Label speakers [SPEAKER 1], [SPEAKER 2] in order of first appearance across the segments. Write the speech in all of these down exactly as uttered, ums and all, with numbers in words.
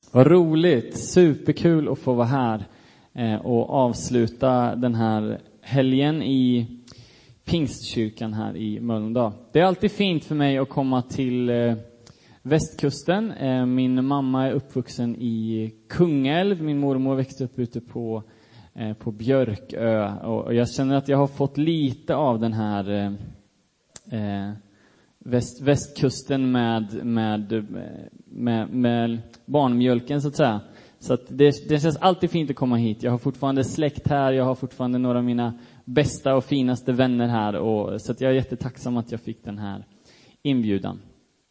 [SPEAKER 1] Vad roligt, superkul att få vara här eh, och avsluta den här helgen i Pingstkyrkan här i Mölndal. Det är alltid fint för mig att komma till eh, västkusten. Eh, min mamma är uppvuxen i Kungälv, min mormor växte upp ute på, eh, på Björkö. Och, och jag känner att jag har fått lite av den här eh, eh, väst, västkusten med, med, med, med barnmjölken så att säga. Så att det, det känns alltid fint att komma hit. Jag har fortfarande släkt här, jag har fortfarande några av mina bästa och finaste vänner här. Och, så att jag är jättetacksam att jag fick den här inbjudan.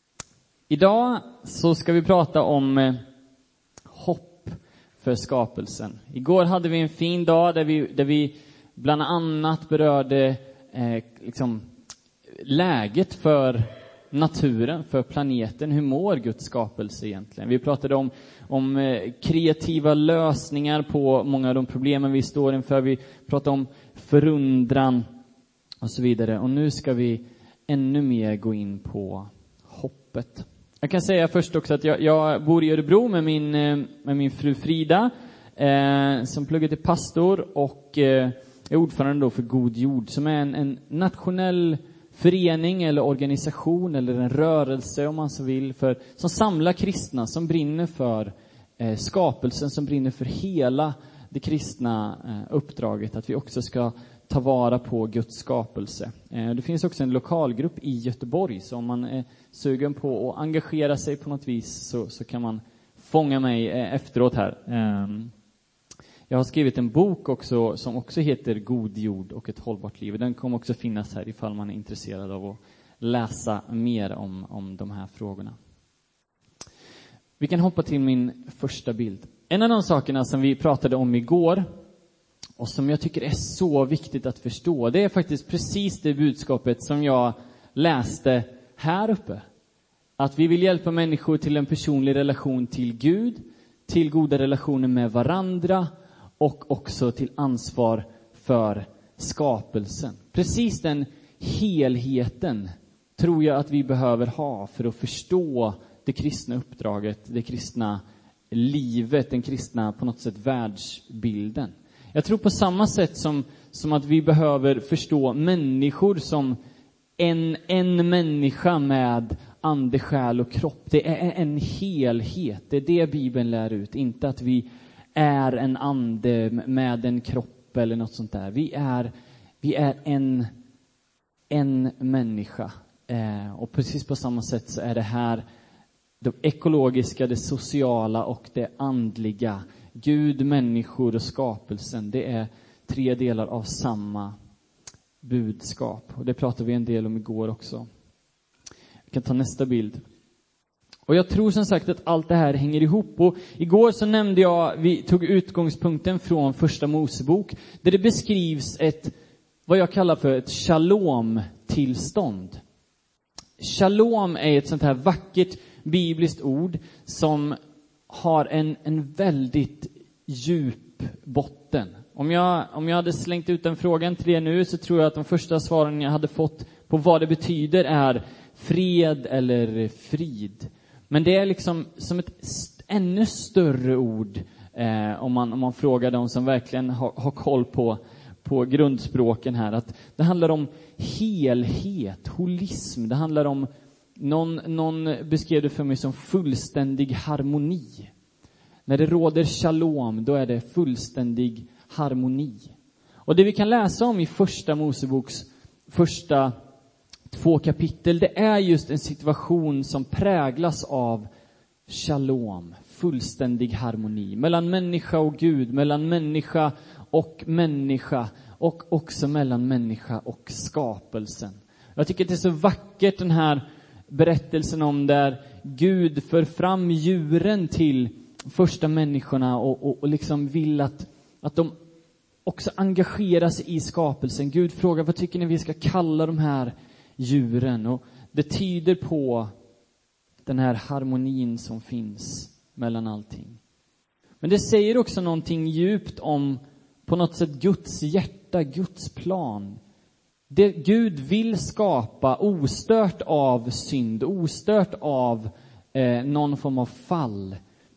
[SPEAKER 1] Idag så ska vi prata om eh, hopp för skapelsen. Igår hade vi en fin dag där vi, där vi bland annat berörde eh, liksom, läget för naturen, för planeten. Hur mår Guds skapelse egentligen? Vi pratade om, om eh, kreativa lösningar på många av de problemen vi står inför. Vi pratade om förundran och så vidare. Och nu ska vi ännu mer gå in på hoppet. Jag kan säga först också att jag, jag bor i Örebro med min, med min fru Frida eh, som pluggar till pastor och eh, är ordförande då för God Jord som är en, en nationell förening eller organisation eller en rörelse om man så vill för, som samlar kristna som brinner för eh, skapelsen, som brinner för hela det kristna eh, uppdraget att vi också ska ta vara på Guds skapelse. Eh, det finns också en lokalgrupp i Göteborg så om man är sugen på att engagera sig på något vis så, så kan man fånga mig eh, efteråt här. Eh, jag har skrivit en bok också som också heter God jord och ett hållbart liv. Den kommer också finnas här ifall man är intresserad av att läsa mer om, om de här frågorna. Vi kan hoppa till min första bild. En av de sakerna som vi pratade om igår och som jag tycker är så viktigt att förstå, det är faktiskt precis det budskapet som jag läste här uppe. Att vi vill hjälpa människor till en personlig relation till Gud, till goda relationer med varandra och också till ansvar för skapelsen. Precis den helheten tror jag att vi behöver ha för att förstå det kristna uppdraget, det kristna livet, den kristna på något sätt världsbilden. Jag tror på samma sätt som, som att vi behöver förstå människor som en, en människa med ande, själ och kropp. Det är en helhet. Det är det Bibeln lär ut. Inte att vi är en ande med en kropp eller något sånt där. Vi är, vi är en, en människa. Eh, och precis på samma sätt så är det här det ekologiska, det sociala och det andliga. Gud, människor och skapelsen. Det är tre delar av samma budskap. Och det pratade vi en del om igår också. Vi kan ta nästa bild. Och jag tror som sagt att allt det här hänger ihop. Och igår så nämnde jag, vi tog utgångspunkten från första Mosebok. Där det beskrivs ett, vad jag kallar för ett shalom-tillstånd. Shalom är ett sånt här vackert bibliskt ord som har en, en väldigt djup botten. Om jag, om jag hade slängt ut den frågan till er nu så tror jag att de första svaren jag hade fått på vad det betyder är fred eller frid. Men det är liksom som ett ännu större ord eh, om, man, om man frågar de som verkligen har, har koll på, på grundspråken här. Att det handlar om helhet, holism. Det handlar om, någon, någon beskrev det för mig som fullständig harmoni. När det råder shalom, då är det fullständig harmoni. Och det vi kan läsa om i första Moseboks första två kapitel, det är just en situation som präglas av shalom, fullständig harmoni. Mellan människa och Gud, mellan människa och människa och också mellan människa och skapelsen. Jag tycker att det är så vackert den här berättelsen om där Gud för fram djuren till första människorna och, och, och liksom vill att, att de också engagerar sig i skapelsen. Gud frågar, vad tycker ni vi ska kalla de här djuren? Och det tyder på den här harmonin som finns mellan allting. Men det säger också någonting djupt om på något sätt Guds hjärta, Guds plan. Det Gud vill skapa ostört av synd, ostört av eh, någon form av fall.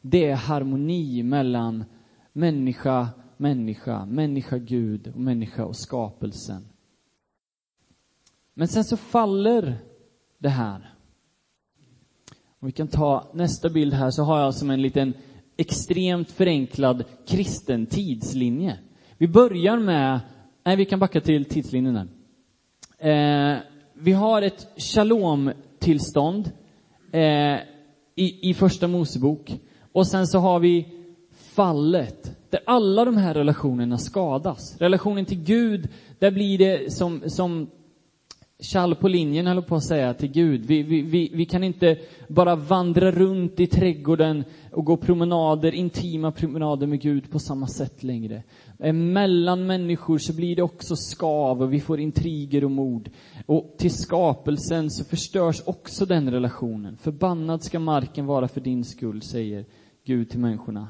[SPEAKER 1] Det är harmoni mellan människa, människa, människa, Gud och människa och skapelsen. Men sen så faller det här. Om vi kan ta nästa bild här, så har jag som en liten extremt förenklad kristen tidslinje. Vi börjar med, nej vi kan backa till tidslinjen där. Eh, vi har ett shalom-tillstånd eh, i, i första Mosebok. Och sen så har vi fallet, där alla de här relationerna skadas. Relationen till Gud, där blir det som, som kall på linjen, höll på att säga, till Gud. Vi, vi, vi, vi kan inte bara vandra runt i trädgården och gå promenader, intima promenader med Gud på samma sätt längre. Mellan människor så blir det också skav och vi får intriger och mord. Och till skapelsen så förstörs också den relationen. Förbannad ska marken vara för din skull, säger Gud till människorna.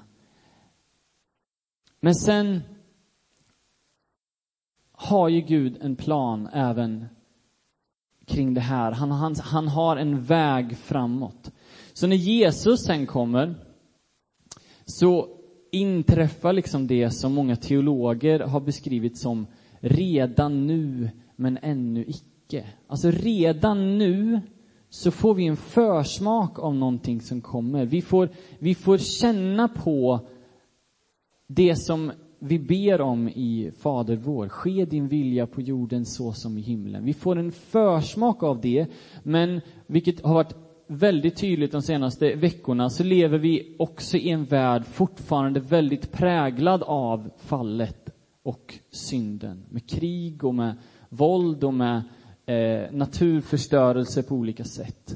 [SPEAKER 1] Men sen har ju Gud en plan även kring det här. Han, han, han har en väg framåt. Så när Jesus sen kommer så inträffar liksom det som många teologer har beskrivit som redan nu men ännu icke. Alltså redan nu så får vi en försmak av någonting som kommer. Vi får, vi får känna på det som vi ber om i Fader vår. Ske din vilja på jorden så som i himlen. Vi får en försmak av det. Men vilket har varit väldigt tydligt de senaste veckorna, så lever vi också i en värld fortfarande väldigt präglad av fallet och synden. Med krig och med våld och med eh, naturförstörelse på olika sätt.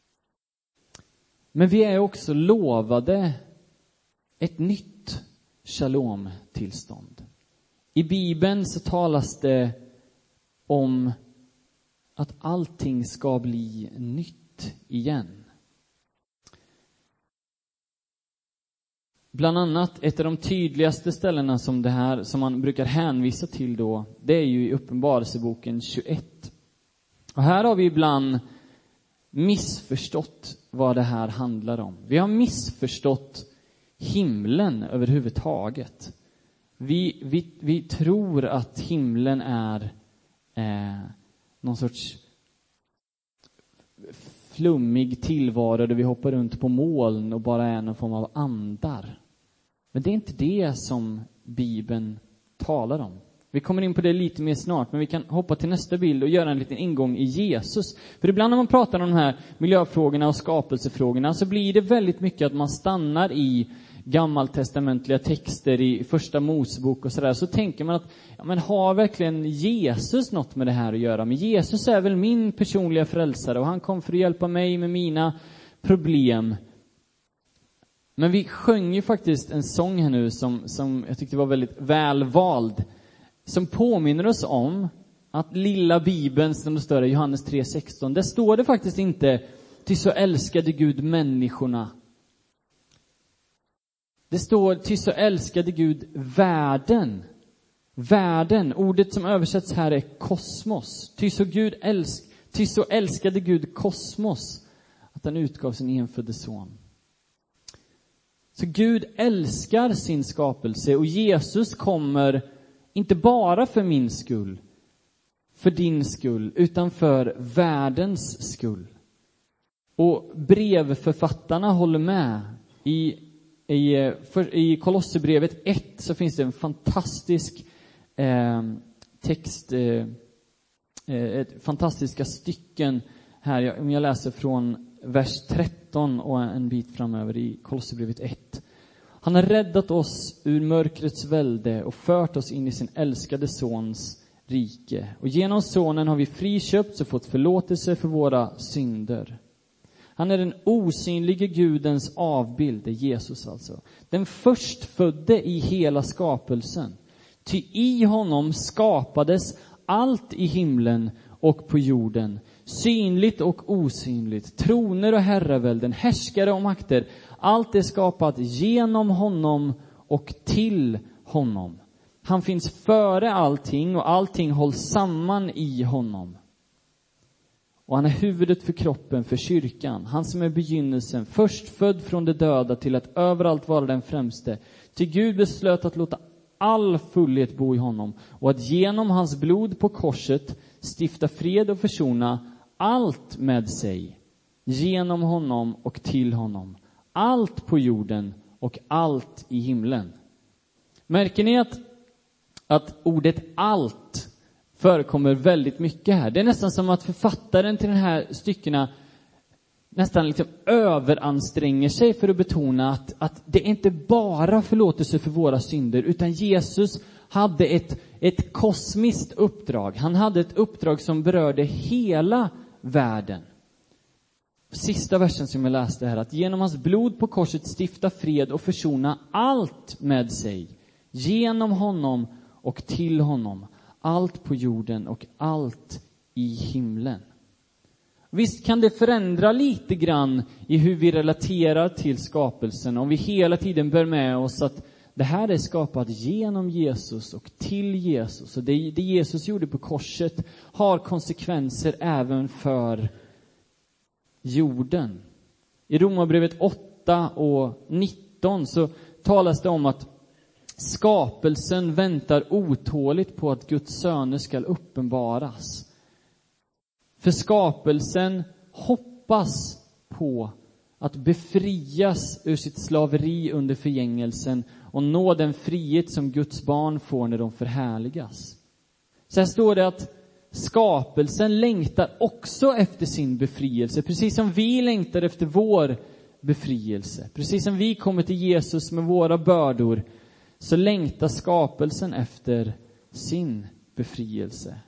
[SPEAKER 1] Men vi är också lovade ett nytt shalom-tillstånd. I Bibeln så talas det om att allting ska bli nytt igen. Bland annat ett av de tydligaste ställena som det här, som man brukar hänvisa till då, det är ju i Uppenbarelseboken tjugoett. Och här har vi ibland missförstått vad det här handlar om. Vi har missförstått himlen överhuvudtaget. Vi, vi, vi tror att himlen är eh, någon sorts flummig tillvaro där vi hoppar runt på moln och bara är någon form av andar. Men det är inte det som Bibeln talar om. Vi kommer in på det lite mer snart, men vi kan hoppa till nästa bild och göra en liten ingång i Jesus. För ibland när man pratar om de här miljöfrågorna och skapelsefrågorna så blir det väldigt mycket att man stannar i gammaltestamentliga texter i första Mosebok och sådär. Så tänker man att, ja, men har verkligen Jesus något med det här att göra? Men Jesus är väl min personliga frälsare och han kom för att hjälpa mig med mina problem. Men vi sjöng ju faktiskt en sång här nu som, som jag tyckte var väldigt välvald. Som påminner oss om att lilla Bibeln, som det står i Johannes tre sexton, där står det faktiskt inte till så älskade Gud människorna. Det står till så älskade Gud världen. Världen, ordet som översätts här är kosmos. Ty så, Gud älsk, ty så älskade Gud kosmos att han utgav sin enfödde son. Så Gud älskar sin skapelse och Jesus kommer inte bara för min skull, för din skull, utan för världens skull. Och brevförfattarna håller med. I, i, för, i Kolosserbrevet ett så finns det en fantastisk eh, text, eh, ett fantastiska stycken här. Om jag läser från vers tretton och en bit framöver i Kolosserbrevet ett. Han har räddat oss ur mörkrets välde och fört oss in i sin älskade sons rike. Och genom sonen har vi friköpts och fått förlåtelse för våra synder. Han är den osynlige Gudens avbild, det är Jesus alltså. Den förstfödde i hela skapelsen. Ty i honom skapades allt i himlen och på jorden. Synligt och osynligt, troner och herravälden, härskare och makter. Allt är skapat genom honom och till honom. Han finns före allting och allting hålls samman i honom. Och han är huvudet för kroppen, för kyrkan. Han som är begynnelsen, först född från de döda till att överallt vara den främste. Till Gud beslöt att låta all fullhet bo i honom. Och att genom hans blod på korset stifta fred och försona allt med sig. Genom honom och till honom. Allt på jorden och allt i himlen. Märker ni att, att ordet allt förekommer väldigt mycket här? Det är nästan som att författaren till den här styckena nästan liksom överanstränger sig för att betona att, att det inte bara förlåtelse för våra synder, utan Jesus hade ett, ett kosmiskt uppdrag. Han hade ett uppdrag som berörde hela världen. Sista versen som jag läste här, att genom hans blod på korset stifta fred och försona allt med sig. Genom honom och till honom. Allt på jorden och allt i himlen. Visst kan det förändra lite grann i hur vi relaterar till skapelsen. Om vi hela tiden bär med oss att det här är skapat genom Jesus och till Jesus. Och det, det Jesus gjorde på korset har konsekvenser även för jorden. I Romarbrevet åtta och nitton så talas det om att skapelsen väntar otåligt på att Guds söner ska uppenbaras. För skapelsen hoppas på att befrias ur sitt slaveri under förgängelsen och nå den frihet som Guds barn får när de förhärligas. Så här står det att skapelsen längtar också efter sin befrielse, precis som vi längtar efter vår befrielse. Precis som vi kommer till Jesus med våra bördor, så längtar skapelsen efter sin befrielse.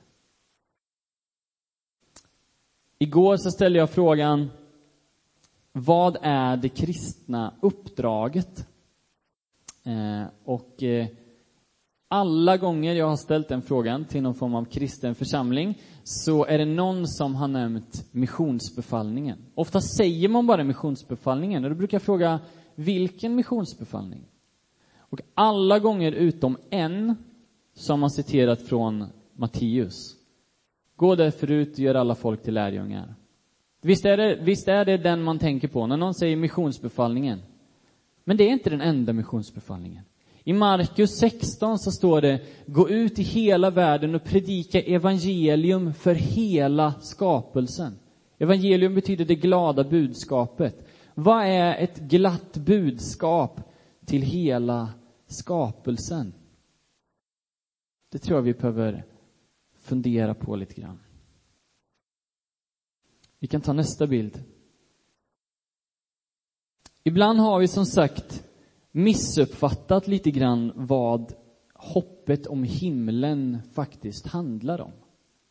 [SPEAKER 1] Igår så ställde jag frågan: vad är det kristna uppdraget? Eh, och eh, alla gånger jag har ställt den frågan till någon form av kristen församling så är det någon som har nämnt missionsbefallningen. Ofta säger man bara missionsbefallningen, och då brukar jag fråga: vilken missionsbefallning? Och alla gånger utom en som man citerat från Matteus. Gå därför ut och gör alla folk till lärjungar. Visst är det, visst är det den man tänker på när någon säger missionsbefallningen. Men det är inte den enda missionsbefallningen. I Markus sexton så står det: gå ut i hela världen och predika evangelium för hela skapelsen. Evangelium betyder det glada budskapet. Vad är ett glatt budskap till hela skapelsen? Det tror jag vi behöver fundera på lite grann. Vi kan ta nästa bild. Ibland har vi som sagt missuppfattat lite grann vad hoppet om himlen faktiskt handlar om.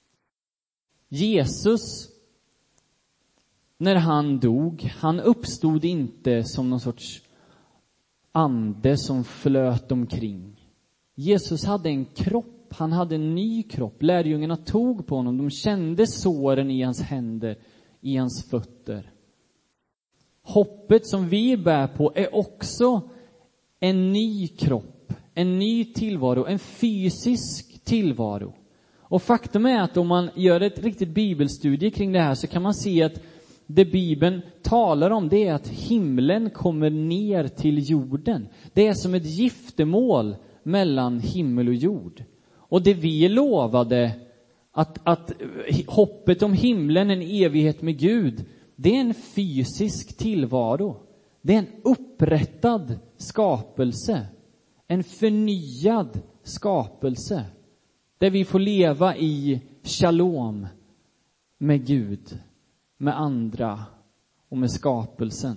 [SPEAKER 1] Jesus, när han dog, han uppstod inte som någon sorts ande som flöt omkring. Jesus hade en kropp. Han hade en ny kropp. Lärjungarna tog på honom. De kände såren i hans händer, i hans fötter. Hoppet som vi bär på är också en ny kropp, en ny tillvaro, en fysisk tillvaro. Och faktum är att om man gör ett riktigt bibelstudie kring det här så kan man se att det Bibeln talar om, det är att himlen kommer ner till jorden. Det är som ett giftermål mellan himmel och jord. Och det vi lovade, att, att hoppet om himlen, en evighet med Gud, det är en fysisk tillvaro. Det är en upprättad skapelse. En förnyad skapelse. Där vi får leva i shalom med Gud, med andra och med skapelsen.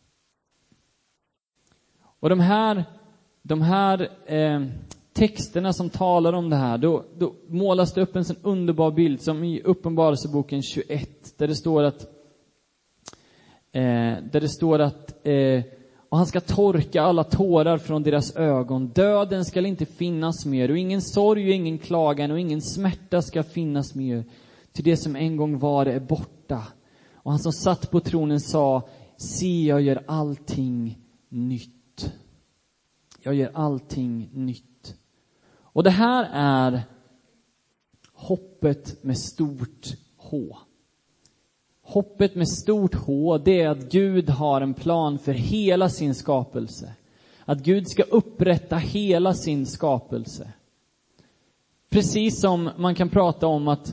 [SPEAKER 1] Och de här, de här eh, texterna som talar om det här, då, då målas det upp en sån underbar bild som i Uppenbarelseboken tjugoett, där det står att eh, där det står att eh, och han ska torka alla tårar från deras ögon. Döden ska inte finnas mer, och ingen sorg och ingen klagan och ingen smärta ska finnas mer. Till det som en gång var är borta. Och han som satt på tronen sa: se, jag gör allting nytt. Jag gör allting nytt. Och det här är hoppet med stort H. Hoppet med stort H, det är att Gud har en plan för hela sin skapelse. Att Gud ska upprätta hela sin skapelse. Precis som man kan prata om att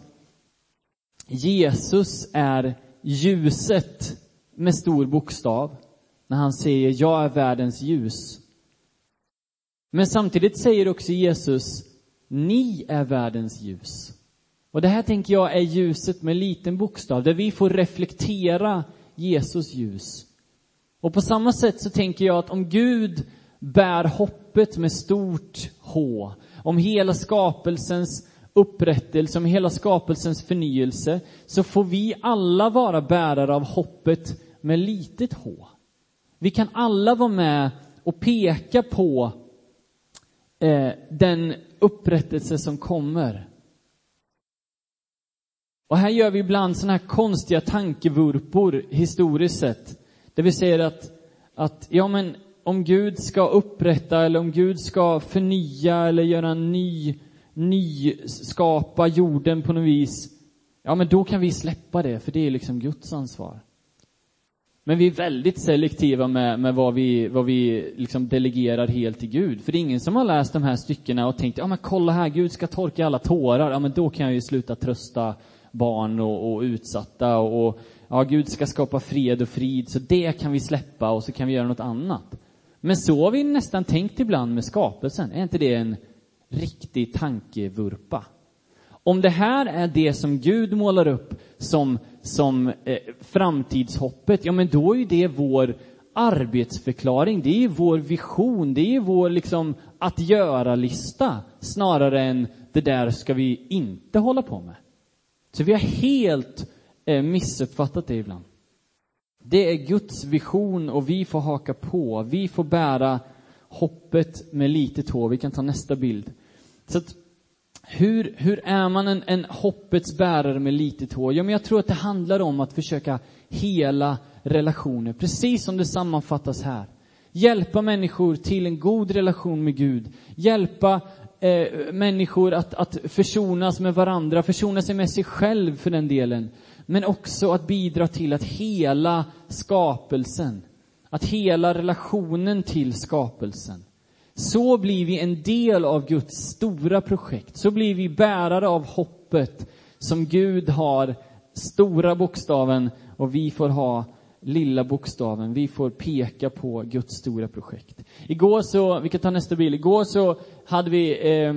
[SPEAKER 1] Jesus är ljuset med stor bokstav. När han säger, jag är världens ljus. Men samtidigt säger också Jesus, ni är världens ljus. Och det här tänker jag är ljuset med liten bokstav. Där vi får reflektera Jesus ljus. Och på samma sätt så tänker jag att om Gud bär hoppet med stort H. Om hela skapelsens upprättelse, om hela skapelsens förnyelse. Så får vi alla vara bärare av hoppet med litet H. Vi kan alla vara med och peka på eh, den upprättelse som kommer. Och här gör vi ibland såna här konstiga tankevurpor historiskt sett. Där vi säger att, att ja men om Gud ska upprätta eller om Gud ska förnya eller göra en ny, ny skapa jorden på något vis. Ja men då kan vi släppa det, för det är liksom Guds ansvar. Men vi är väldigt selektiva med, med vad vi, vad vi liksom delegerar helt till Gud. För det är ingen som har läst de här styckena och tänkt, ja men kolla här, Gud ska torka alla tårar. Ja men då kan jag ju sluta trösta barn och, och utsatta. Och, och ja, Gud ska skapa fred och frid, så det kan vi släppa och så kan vi göra något annat. Men så har vi nästan tänkt ibland med skapelsen. Är inte det en riktig tankevurpa? Om det här är det som Gud målar upp som, som eh, framtidshoppet, ja men då är ju det vår arbetsförklaring, det är ju vår vision, det är ju vår liksom att göra-lista, snarare än det där ska vi inte hålla på med. Så vi har helt eh, missuppfattat det ibland. Det är Guds vision och vi får haka på, vi får bära hoppet med lite tå. Vi kan ta nästa bild. Så att Hur, hur är man en, en hoppets bärare med lite tå? Ja, men jag tror att det handlar om att försöka hela relationer. Precis som det sammanfattas här. Hjälpa människor till en god relation med Gud. Hjälpa eh, människor att, att försonas med varandra. Försona sig med sig själv för den delen. Men också att bidra till att hela skapelsen. Att hela relationen till skapelsen. Så blir vi en del av Guds stora projekt. Så blir vi bärare av hoppet som Gud har, stora bokstaven, och vi får ha lilla bokstaven. Vi får peka på Guds stora projekt. Igår så, vi kan ta nästa bild. Igår så hade vi eh,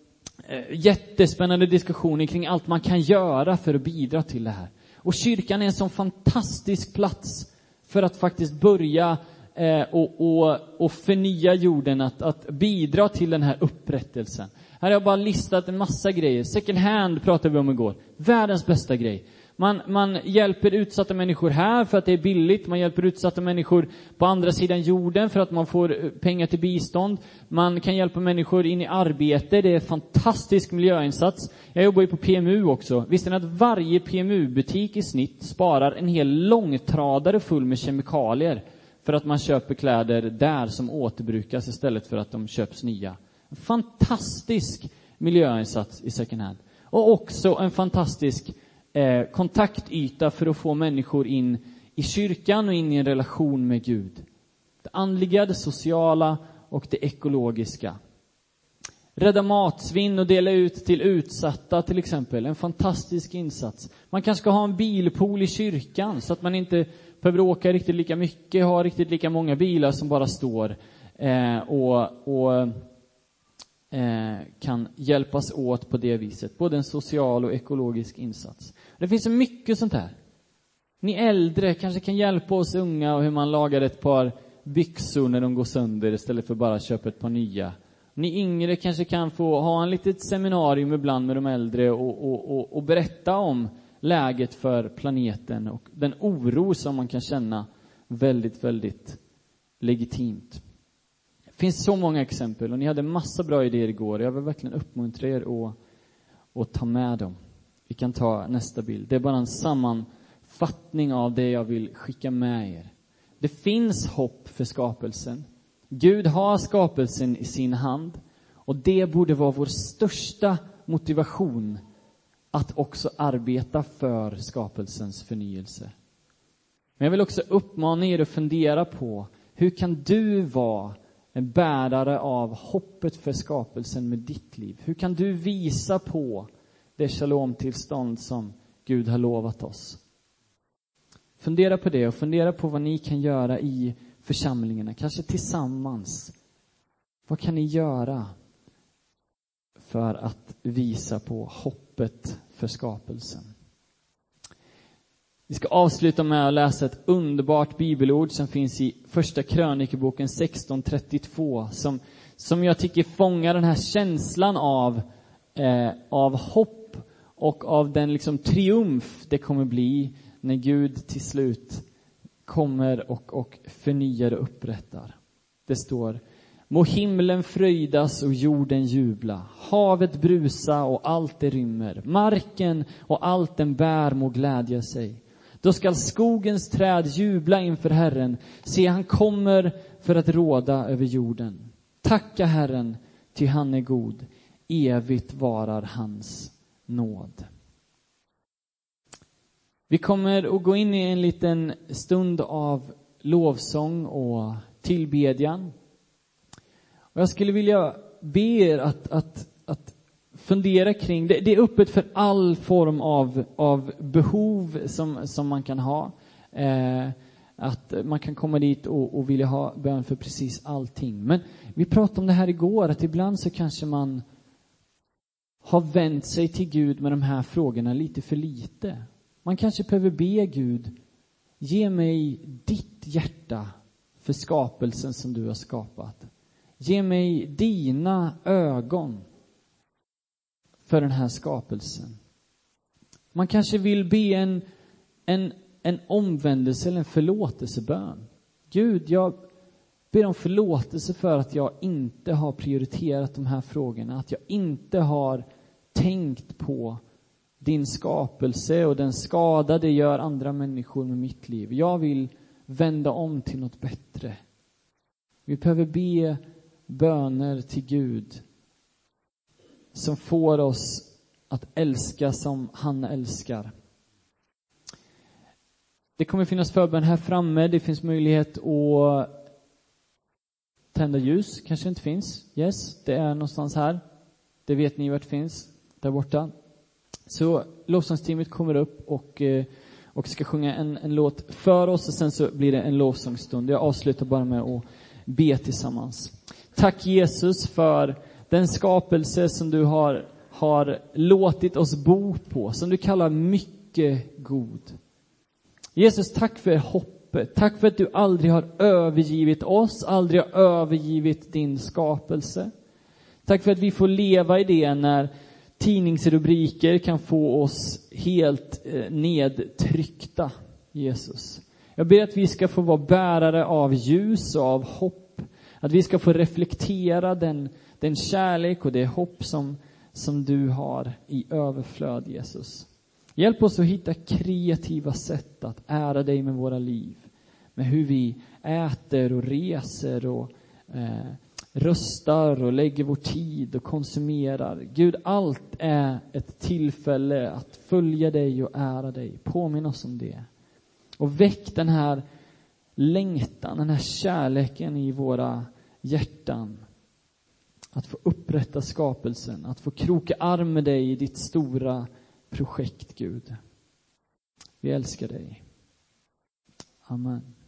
[SPEAKER 1] jättespännande diskussioner kring allt man kan göra för att bidra till det här. Och kyrkan är en sån fantastisk plats för att faktiskt börja Eh, och, och, och förnya jorden, att, att bidra till den här upprättelsen. Här har jag bara listat en massa grejer. Second hand pratade vi om igår. Världens bästa grej. Man, man hjälper utsatta människor här för att det är billigt. Man hjälper utsatta människor på andra sidan jorden för att man får pengar till bistånd. Man kan hjälpa människor in i arbete. Det är en fantastisk miljöinsats. Jag jobbar ju på P M U också. Visste ni att varje P M U-butik i snitt sparar en hel långtradare full med kemikalier? För att man köper kläder där som återbrukas istället för att de köps nya. En fantastisk miljöinsats i second hand. Och också en fantastisk eh, kontaktyta för att få människor in i kyrkan och in i en relation med Gud. Det andliga, det sociala och det ekologiska. Rädda matsvinn och dela ut till utsatta till exempel. En fantastisk insats. Man kanske ska ha en bilpool i kyrkan så att man inte behöver åka riktigt lika mycket, ha riktigt lika många bilar som bara står eh, och, och eh, kan hjälpas åt på det viset. Både en social och ekologisk insats. Det finns så mycket sånt här. Ni äldre kanske kan hjälpa oss unga och hur man lagar ett par byxor när de går sönder istället för bara köpa ett par nya. Ni yngre kanske kan få ha en litet seminarium ibland med de äldre och, och, och, och berätta om läget för planeten och den oro som man kan känna väldigt, väldigt legitimt. Det finns så många exempel och ni hade massa bra idéer igår. Jag vill verkligen uppmuntra er att, att ta med dem. Vi kan ta nästa bild. Det är bara en sammanfattning av det jag vill skicka med er. Det finns hopp för skapelsen. Gud har skapelsen i sin hand och det borde vara vår största motivation att också arbeta för skapelsens förnyelse. Men jag vill också uppmana er att fundera på, hur kan du vara en bärare av hoppet för skapelsen med ditt liv? Hur kan du visa på det shalom-tillstånd som Gud har lovat oss? Fundera på det och fundera på vad ni kan göra i församlingarna, kanske tillsammans. Vad kan ni göra för att visa på hoppet för skapelsen? Vi ska avsluta med att läsa ett underbart bibelord som finns i första krönikeboken sexton trettiotvå, som, som jag tycker fångar den här känslan av, eh, av hopp och av den liksom triumf det kommer bli när Gud till slut kommer och, och förnyar och upprättar. Det står: må himlen fröjdas och jorden jubla, havet brusa och allt det rymmer, marken och allt den bär må glädja sig. Då skall skogens träd jubla inför Herren, se han kommer för att råda över jorden. Tacka Herren, ty han är god, evigt varar hans nåd. Vi kommer att gå in i en liten stund av lovsång och tillbedjan. Och jag skulle vilja be er att, att, att fundera kring, det, det är öppet för all form av, av behov som, som man kan ha. Eh, att man kan komma dit och, och vilja ha bön för precis allting. Men vi pratade om det här igår, att ibland så kanske man har vänt sig till Gud med de här frågorna lite för lite. Man kanske behöver be Gud, ge mig ditt hjärta för skapelsen som du har skapat. Ge mig dina ögon för den här skapelsen. Man kanske vill be en, en, en omvändelse eller en förlåtelsebön. Gud, jag ber om förlåtelse för att jag inte har prioriterat de här frågorna. Att jag inte har tänkt på din skapelse och den skada det gör andra människor med mitt liv. Jag vill vända om till något bättre. Vi behöver be böner till Gud som får oss att älska som han älskar. Det kommer finnas förbön här framme. Det finns möjlighet att tända ljus. Kanske inte finns. Yes, det är någonstans här. Det vet ni vart det finns. Där borta. Så lovsångsteamet kommer upp och, och ska sjunga en, en låt för oss. Och sen så blir det en lovsångstund. Jag avslutar bara med att be tillsammans. Tack Jesus för den skapelse som du har, har låtit oss bo på. Som du kallar mycket god. Jesus, tack för hoppet. Tack för att du aldrig har övergivit oss. Aldrig har övergivit din skapelse. Tack för att vi får leva i det när tidningsrubriker kan få oss helt eh, nedtryckta, Jesus. Jag ber att vi ska få vara bärare av ljus och av hopp. Att vi ska få reflektera den, den kärlek och det hopp som, som du har i överflöd, Jesus. Hjälp oss att hitta kreativa sätt att ära dig med våra liv. Med hur vi äter och reser och eh, röstar och lägger vår tid och konsumerar. Gud, allt är ett tillfälle att följa dig och ära dig. Påminn oss om det. Och väck den här längtan, den här kärleken i våra hjärtan. Att få upprätta skapelsen. Att få kroka arm med dig i ditt stora projekt, Gud. Vi älskar dig. Amen.